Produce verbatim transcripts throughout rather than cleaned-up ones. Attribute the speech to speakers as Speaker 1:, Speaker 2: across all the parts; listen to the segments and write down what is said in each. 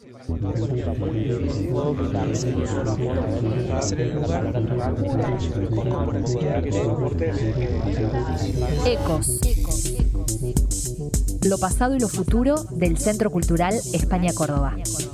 Speaker 1: Ecos. Lo pasado y lo futuro del Centro Cultural España Córdoba.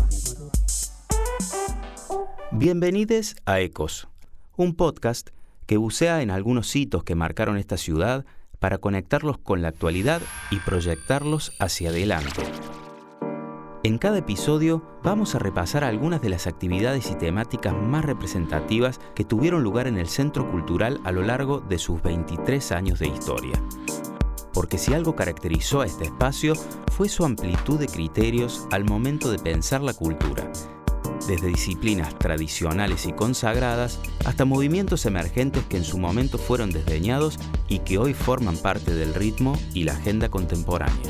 Speaker 2: Bienvenidos a Ecos, un podcast que bucea en algunos hitos que marcaron esta ciudad para conectarlos con la actualidad y proyectarlos hacia adelante. En cada episodio vamos a repasar algunas de las actividades y temáticas más representativas que tuvieron lugar en el Centro Cultural a lo largo de sus veintitrés años de historia. Porque si algo caracterizó a este espacio fue su amplitud de criterios al momento de pensar la cultura, desde disciplinas tradicionales y consagradas hasta movimientos emergentes que en su momento fueron desdeñados y que hoy forman parte del ritmo y la agenda contemporánea.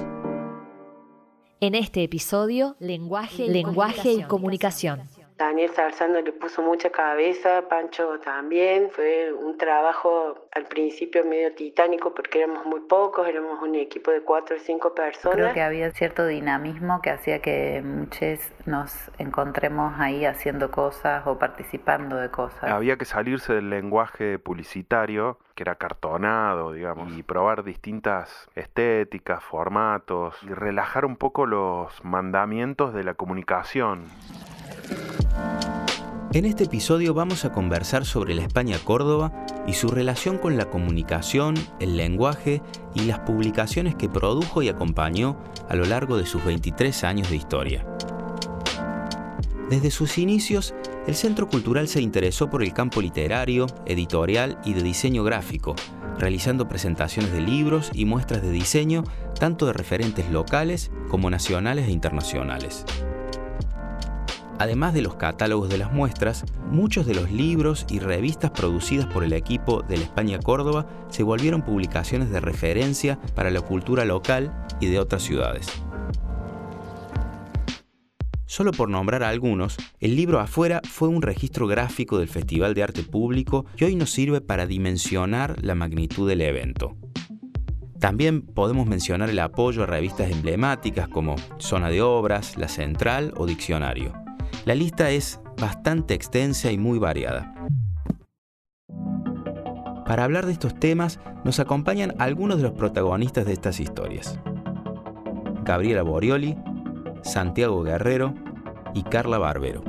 Speaker 1: En este episodio, lenguaje, lenguaje y comunicación.
Speaker 3: Daniel Salzano le puso mucha cabeza, Pancho también. Fue un trabajo al principio medio titánico porque éramos muy pocos, éramos un equipo de cuatro o cinco personas.
Speaker 4: Creo que había cierto dinamismo que hacía que muchos nos encontremos ahí haciendo cosas o participando de cosas.
Speaker 5: Había que salirse del lenguaje publicitario, que era cartonado, digamos, y probar distintas estéticas, formatos, y relajar un poco los mandamientos de la comunicación.
Speaker 2: En este episodio vamos a conversar sobre la España Córdoba y su relación con la comunicación, el lenguaje y las publicaciones que produjo y acompañó a lo largo de sus veintitrés años de historia. Desde sus inicios, el Centro Cultural se interesó por el campo literario, editorial y de diseño gráfico, realizando presentaciones de libros y muestras de diseño tanto de referentes locales como nacionales e internacionales. Además de los catálogos de las muestras, muchos de los libros y revistas producidas por el equipo de la España Córdoba se volvieron publicaciones de referencia para la cultura local y de otras ciudades. Solo por nombrar algunos, el libro Afuera fue un registro gráfico del Festival de Arte Público y hoy nos sirve para dimensionar la magnitud del evento. También podemos mencionar el apoyo a revistas emblemáticas como Zona de Obras, La Central o Diccionario. La lista es bastante extensa y muy variada. Para hablar de estos temas, nos acompañan algunos de los protagonistas de estas historias. Gabriela Borioli, Santiago Guerrero y Carla Barbero.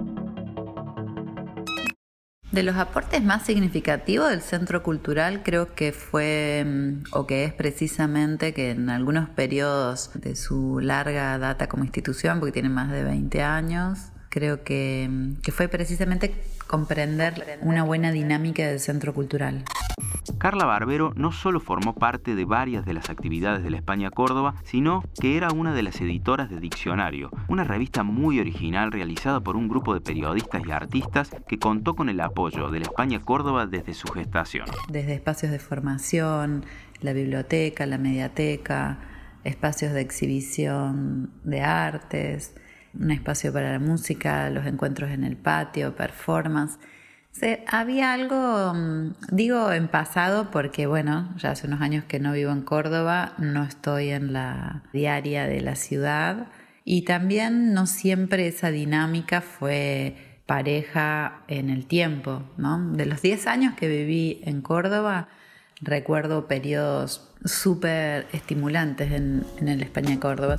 Speaker 4: De los aportes más significativos del Centro Cultural creo que fue, o que es precisamente que en algunos periodos de su larga data como institución, porque tiene más de veinte años, creo que, que fue precisamente comprender una buena dinámica del Centro Cultural.
Speaker 2: Carla Barbero no solo formó parte de varias de las actividades de la España Córdoba, sino que era una de las editoras de Diccionario, una revista muy original realizada por un grupo de periodistas y artistas que contó con el apoyo de la España Córdoba desde su gestación.
Speaker 4: Desde espacios de formación, la biblioteca, la mediateca, espacios de exhibición de artes, un espacio para la música, los encuentros en el patio, performance. O sea, había algo, digo en pasado porque bueno, ya hace unos años que no vivo en Córdoba, no estoy en la diaria de la ciudad y también no siempre esa dinámica fue pareja en el tiempo, ¿no? De los diez años que viví en Córdoba, recuerdo periodos súper estimulantes en, en el España Córdoba.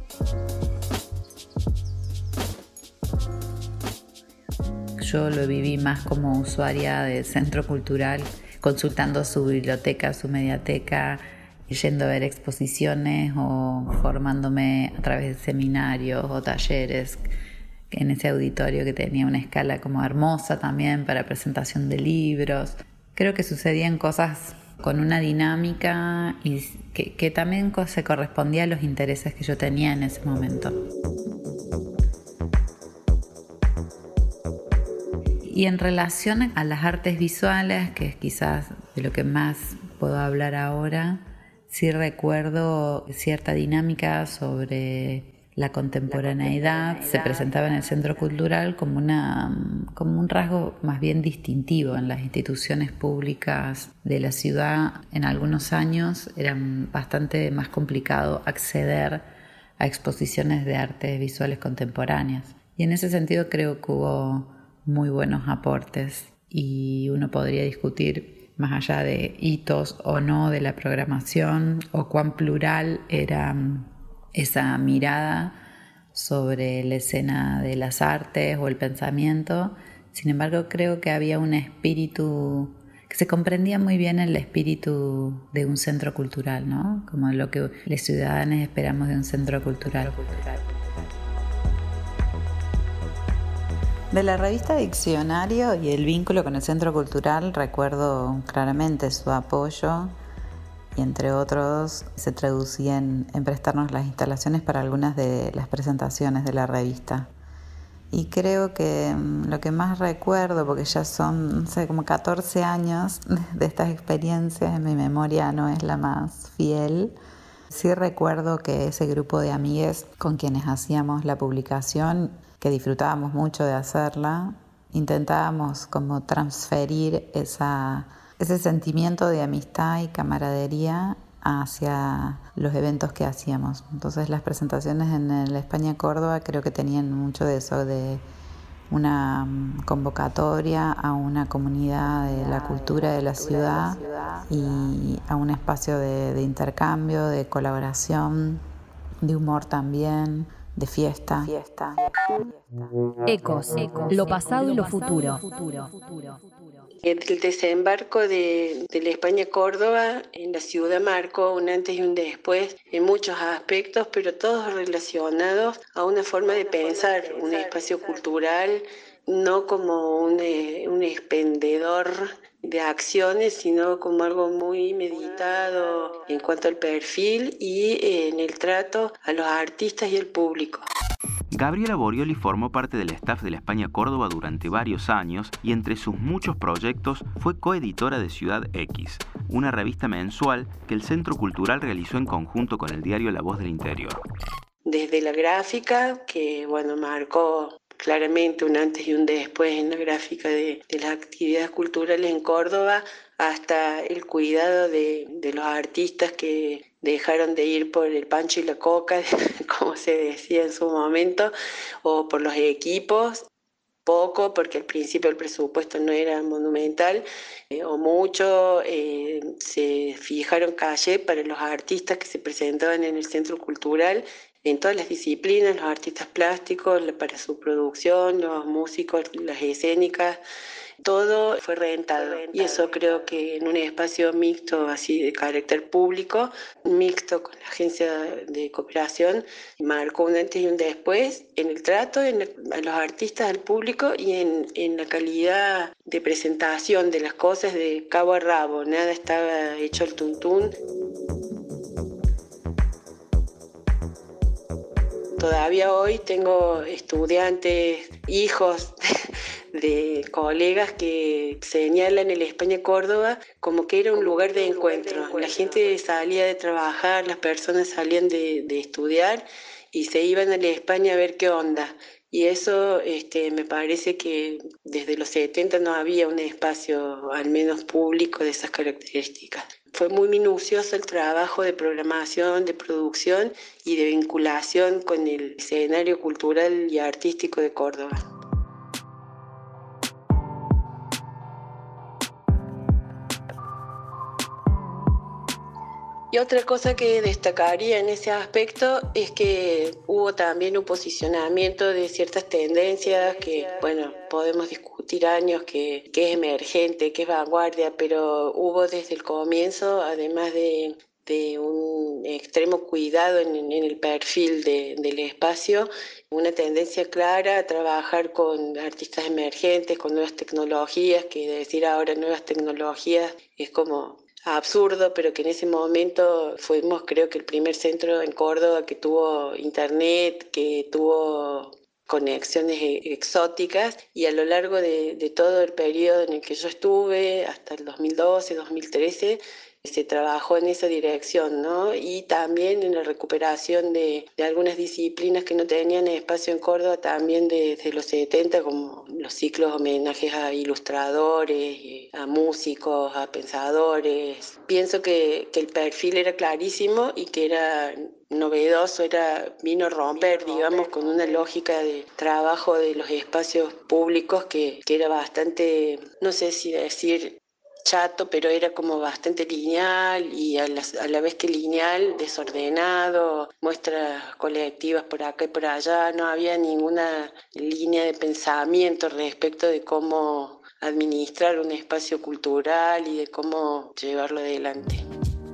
Speaker 4: Yo lo viví más como usuaria del Centro Cultural, consultando su biblioteca, su mediateca, yendo a ver exposiciones o formándome a través de seminarios o talleres en ese auditorio que tenía una escala como hermosa también para presentación de libros. Creo que sucedían cosas con una dinámica y que, que también se correspondía a los intereses que yo tenía en ese momento. Y en relación a las artes visuales, que es quizás de lo que más puedo hablar ahora, sí recuerdo cierta dinámica sobre la contemporaneidad. Se presentaba en el Centro Cultural como, una, como un rasgo más bien distintivo en las instituciones públicas de la ciudad. En algunos años era bastante más complicado acceder a exposiciones de artes visuales contemporáneas. Y en ese sentido creo que hubo muy buenos aportes y uno podría discutir más allá de hitos o no de la programación o cuán plural era esa mirada sobre la escena de las artes o el pensamiento. Sin embargo, creo que había un espíritu, que se comprendía muy bien el espíritu de un centro cultural, ¿no? Como lo que los ciudadanos esperamos de un centro cultural. De la revista Diccionario y el vínculo con el Centro Cultural recuerdo claramente su apoyo y entre otros se traducía en, en prestarnos las instalaciones para algunas de las presentaciones de la revista. Y creo que lo que más recuerdo, porque ya son, no sé, como catorce años de estas experiencias, mi memoria no es la más fiel. Sí recuerdo que ese grupo de amigues con quienes hacíamos la publicación, que disfrutábamos mucho de hacerla, intentábamos como transferir esa, ese sentimiento de amistad y camaradería hacia los eventos que hacíamos. Entonces las presentaciones en el España Córdoba creo que tenían mucho de eso, de una convocatoria a una comunidad de la cultura de la ciudad y a un espacio de, de intercambio, de colaboración, de humor también, de fiesta. fiesta.
Speaker 1: Ecos, lo pasado y lo futuro.
Speaker 3: El desembarco de, de la España Córdoba en la ciudad marcó un antes y un después en muchos aspectos, pero todos relacionados a una forma de pensar un espacio cultural, no como un, un expendedor de acciones, sino como algo muy meditado en cuanto al perfil y en el trato a los artistas y al público.
Speaker 2: Gabriela Borioli formó parte del staff de la España Córdoba durante varios años y entre sus muchos proyectos fue coeditora de Ciudad X, una revista mensual que el Centro Cultural realizó en conjunto con el diario La Voz del Interior.
Speaker 3: Desde la gráfica, que bueno, marcó claramente un antes y un después en la gráfica de, de las actividades culturales en Córdoba, hasta el cuidado de, de los artistas que dejaron de ir por el pancho y la coca, como se decía en su momento, o por los equipos, poco, porque al principio el presupuesto no era monumental, eh, o mucho, eh, se fijaron calle para los artistas que se presentaban en el Centro Cultural, en todas las disciplinas, los artistas plásticos, para su producción, los músicos, las escénicas, todo fue rentado. Y eso creo que en un espacio mixto, así de carácter público, mixto con la agencia de cooperación, marcó un antes y un después en el trato en el, a los artistas, al público y en, en la calidad de presentación de las cosas de cabo a rabo. Nada estaba hecho al tuntún. Todavía hoy tengo estudiantes, hijos de colegas que señalan el España Córdoba como que era un lugar de encuentro. La gente salía de trabajar, las personas salían de, de estudiar y se iban a la España a ver qué onda. Y eso este, me parece que desde los setenta no había un espacio, al menos público, de esas características. Fue muy minucioso el trabajo de programación, de producción y de vinculación con el escenario cultural y artístico de Córdoba. Y otra cosa que destacaría en ese aspecto es que hubo también un posicionamiento de ciertas tendencias que, bueno, podemos discutir años que, que es emergente, que es vanguardia, pero hubo desde el comienzo, además de, de un extremo cuidado en, en el perfil de, del espacio, una tendencia clara a trabajar con artistas emergentes, con nuevas tecnologías, que decir ahora nuevas tecnologías es como absurdo, pero que en ese momento fuimos, creo que el primer centro en Córdoba que tuvo internet, que tuvo conexiones exóticas, y a lo largo de, de todo el periodo en el que yo estuve, hasta el dos mil doce, dos mil trece, se trabajó en esa dirección, ¿no? Y también en la recuperación de, de algunas disciplinas que no tenían espacio en Córdoba, también desde los setenta, como los ciclos homenajes a ilustradores, a músicos, a pensadores. Pienso que, que el perfil era clarísimo y que era novedoso, era vino a romper, digamos, con una lógica de trabajo de los espacios públicos que, que era bastante, no sé si decir chato, pero era como bastante lineal y a la, a la vez que lineal, desordenado, muestras colectivas por acá y por allá, no había ninguna línea de pensamiento respecto de cómo administrar un espacio cultural y de cómo llevarlo adelante.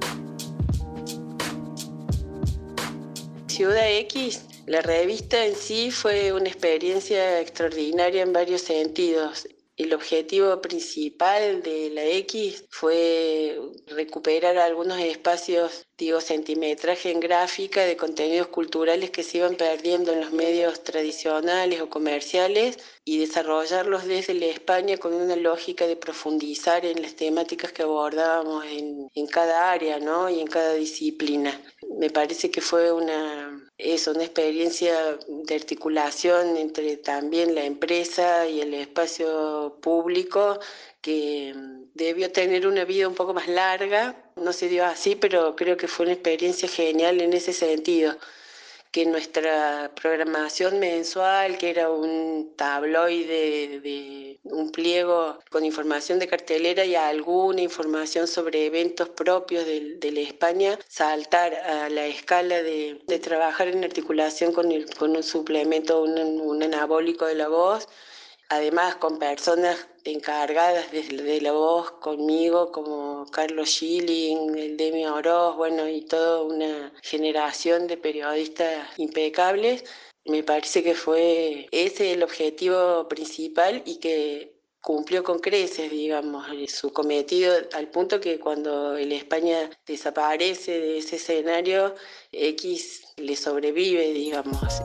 Speaker 3: Ciudad X, la revista en sí fue una experiencia extraordinaria en varios sentidos. El objetivo principal de la X fue recuperar algunos espacios, digo, centimetraje en gráfica de contenidos culturales que se iban perdiendo en los medios tradicionales o comerciales y desarrollarlos desde la España con una lógica de profundizar en las temáticas que abordábamos en, en cada área, ¿no? Y en cada disciplina. Me parece que fue una, eso, una experiencia de articulación entre también la empresa y el espacio público que debió tener una vida un poco más larga. No se dio así, pero creo que fue una experiencia genial en ese sentido. Que nuestra programación mensual, que era un tabloide, de, de un pliego con información de cartelera y alguna información sobre eventos propios de, de la España, saltar a la escala de, de trabajar en articulación con, el, con un suplemento, un, un anabólico de la voz, además con personas encargadas de, de la voz conmigo, como Carlos Schilling, el Demi Oroz, bueno, y toda una generación de periodistas impecables. Me parece que fue ese el objetivo principal y que cumplió con creces, digamos, su cometido, al punto que cuando el España desaparece de ese escenario, X le sobrevive, digamos.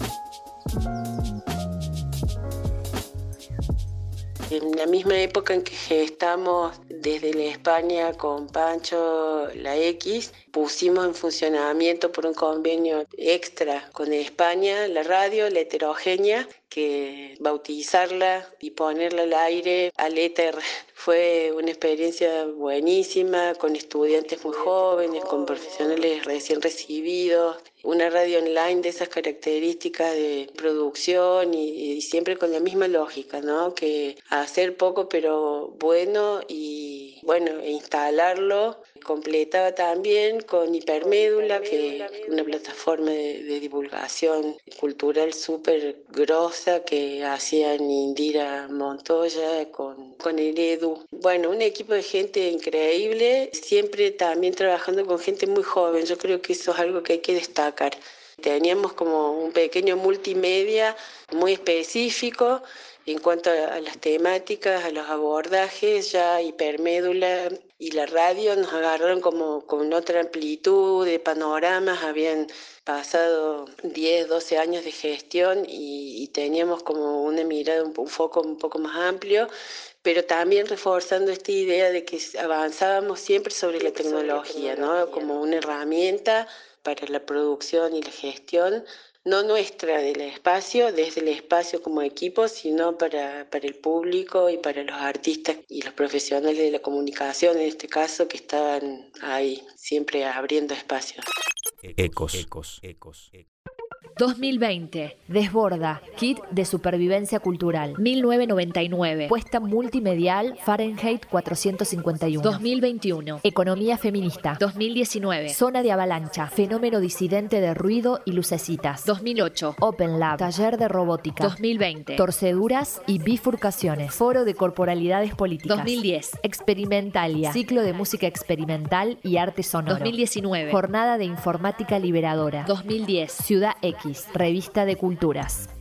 Speaker 3: En la misma época en que gestamos desde la España con Pancho la X, pusimos en funcionamiento por un convenio extra con España la radio, la heterogénea, que bautizarla y ponerla al aire, al éter, fue una experiencia buenísima, con estudiantes muy jóvenes, con profesionales recién recibidos, una radio online de esas características de producción y, y siempre con la misma lógica, ¿no? Que hacer poco pero bueno y bueno, e instalarlo. Completaba también con Hipermédula, que es una plataforma de, de divulgación cultural súper grosa que hacían Indira Montoya con, con el Edu. Bueno, un equipo de gente increíble, siempre también trabajando con gente muy joven. Yo creo que eso es algo que hay que destacar. Teníamos como un pequeño multimedia muy específico en cuanto a las temáticas, a los abordajes. Ya Hipermédula y la radio nos agarraron como con otra amplitud de panoramas, habían pasado diez, doce años de gestión y, y teníamos como una mirada, un, un foco un poco más amplio, pero también reforzando esta idea de que avanzábamos siempre sobre la tecnología, ¿no? Como una herramienta para la producción y la gestión, no nuestra del espacio, desde el espacio como equipo, sino para, para el público y para los artistas y los profesionales de la comunicación, en este caso, que estaban ahí, siempre abriendo espacios.
Speaker 2: Ecos, ecos, ecos.
Speaker 1: dos mil veinte. Desborda. Kit de supervivencia cultural. mil novecientos noventa y nueve. Puesta multimedial Fahrenheit cuatrocientos cincuenta y uno. dos mil veintiuno. Economía feminista. dos mil diecinueve. Zona de avalancha. Fenómeno disidente de ruido y lucecitas. dos mil ocho. Open Lab. Taller de robótica. dos mil veinte. Torceduras y bifurcaciones. Foro de corporalidades políticas. dos mil diez. Experimentalia. Ciclo de música experimental y arte sonoro. dos mil diecinueve. Jornada de informática liberadora. dos mil diez. Ciudad X. Revista de Culturas.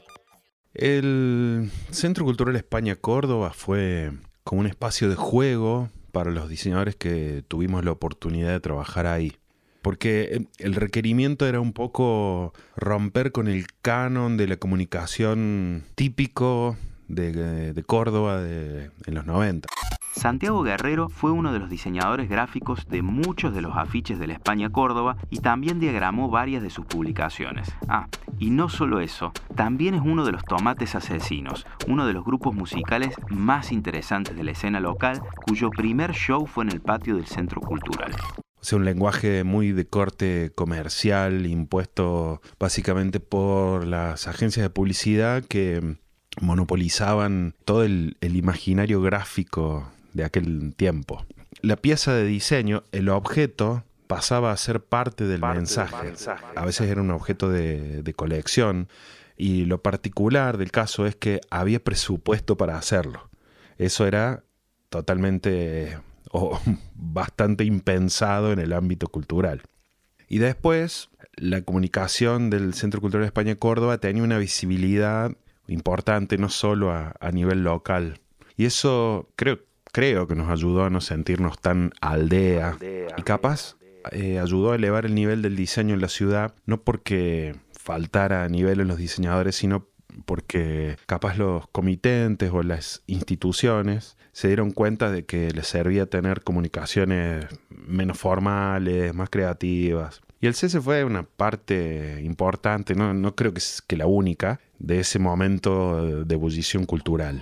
Speaker 5: El Centro Cultural España Córdoba fue como un espacio de juego para los diseñadores que tuvimos la oportunidad de trabajar ahí. Porque el requerimiento era un poco romper con el canon de la comunicación típico de, de Córdoba de, en los noventa.
Speaker 2: Santiago Guerrero fue uno de los diseñadores gráficos de muchos de los afiches de la España Córdoba y también diagramó varias de sus publicaciones. Ah, y no solo eso, también es uno de los Tomates Asesinos, uno de los grupos musicales más interesantes de la escena local, cuyo primer show fue en el patio del Centro Cultural.
Speaker 5: O sea, un lenguaje muy de corte comercial, impuesto básicamente por las agencias de publicidad que monopolizaban todo el, el imaginario gráfico de aquel tiempo. La pieza de diseño, el objeto, pasaba a ser parte del parte mensaje. Del mensaje. A veces era un objeto de, de colección, y lo particular del caso es que había presupuesto para hacerlo. Eso era totalmente o bastante impensado en el ámbito cultural. Y después, la comunicación del Centro Cultural España Córdoba tenía una visibilidad importante, no solo a, a nivel local. Y eso creo, creo que nos ayudó a no sentirnos tan aldea. aldea y capaz eh, ayudó a elevar el nivel del diseño en la ciudad, no porque faltara nivel en los diseñadores, sino porque capaz los comitentes o las instituciones se dieron cuenta de que les servía tener comunicaciones menos formales, más creativas. Y el C E S fue una parte importante, no, no creo que es que la única, de ese momento de ebullición cultural.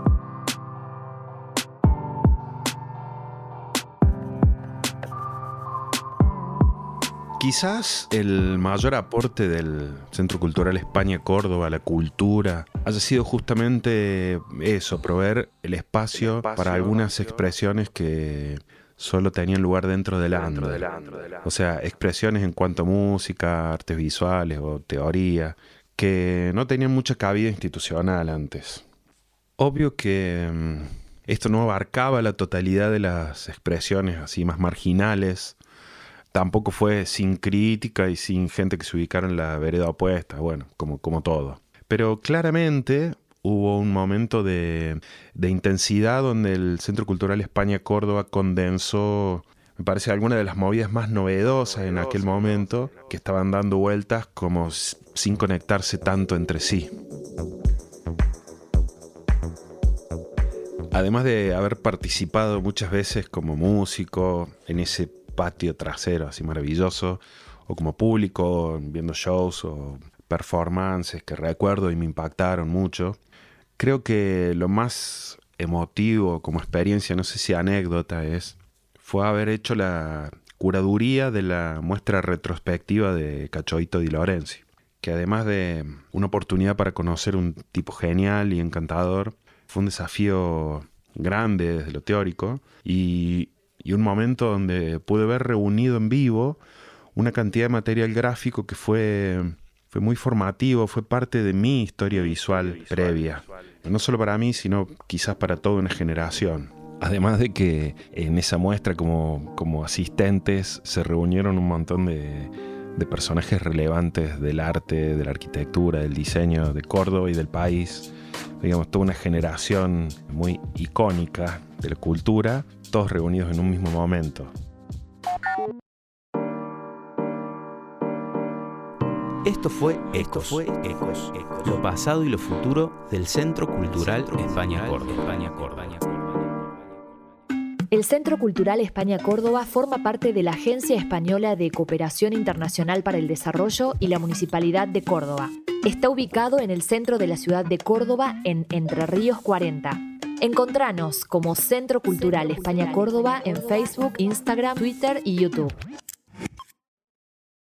Speaker 5: Quizás el mayor aporte del Centro Cultural España Córdoba a la cultura haya sido justamente eso, proveer el espacio, el espacio para algunas expresiones que solo tenían lugar dentro del andro. O sea, expresiones en cuanto a música, artes visuales o teoría, que no tenían mucha cabida institucional antes. Obvio que um, esto no abarcaba la totalidad de las expresiones así más marginales. Tampoco fue sin crítica y sin gente que se ubicara en la vereda opuesta, bueno, como, como todo. Pero claramente hubo un momento de, de intensidad donde el Centro Cultural España Córdoba condensó, me parece, algunas de las movidas más novedosas en aquel momento, que estaban dando vueltas como sin conectarse tanto entre sí. Además de haber participado muchas veces como músico en ese patio trasero así maravilloso, o como público viendo shows o performances que recuerdo y me impactaron mucho, creo que lo más emotivo como experiencia, no sé si anécdota es, fue haber hecho la curaduría de la muestra retrospectiva de Cachoito Di Lorenzi, que además de una oportunidad para conocer un tipo genial y encantador, fue un desafío grande desde lo teórico y y un momento donde pude ver reunido en vivo una cantidad de material gráfico que fue, fue muy formativo, fue parte de mi historia visual, visual previa. Visual. No solo para mí, sino quizás para toda una generación. Además de que en esa muestra como, como asistentes se reunieron un montón de, de personajes relevantes del arte, de la arquitectura, del diseño de Córdoba y del país. Digamos, toda una generación muy icónica de la cultura, todos reunidos en un mismo momento.
Speaker 2: Esto fue Ecos, fue Ecos, Ecos, lo pasado y lo futuro del Centro Cultural España Córdoba.
Speaker 1: El Centro Cultural España Córdoba forma parte de la Agencia Española de Cooperación Internacional para el Desarrollo y la Municipalidad de Córdoba. Está ubicado en el centro de la ciudad de Córdoba, en Entre Ríos cuarenta. Encontranos como Centro Cultural España Córdoba en Facebook, Instagram, Twitter y YouTube.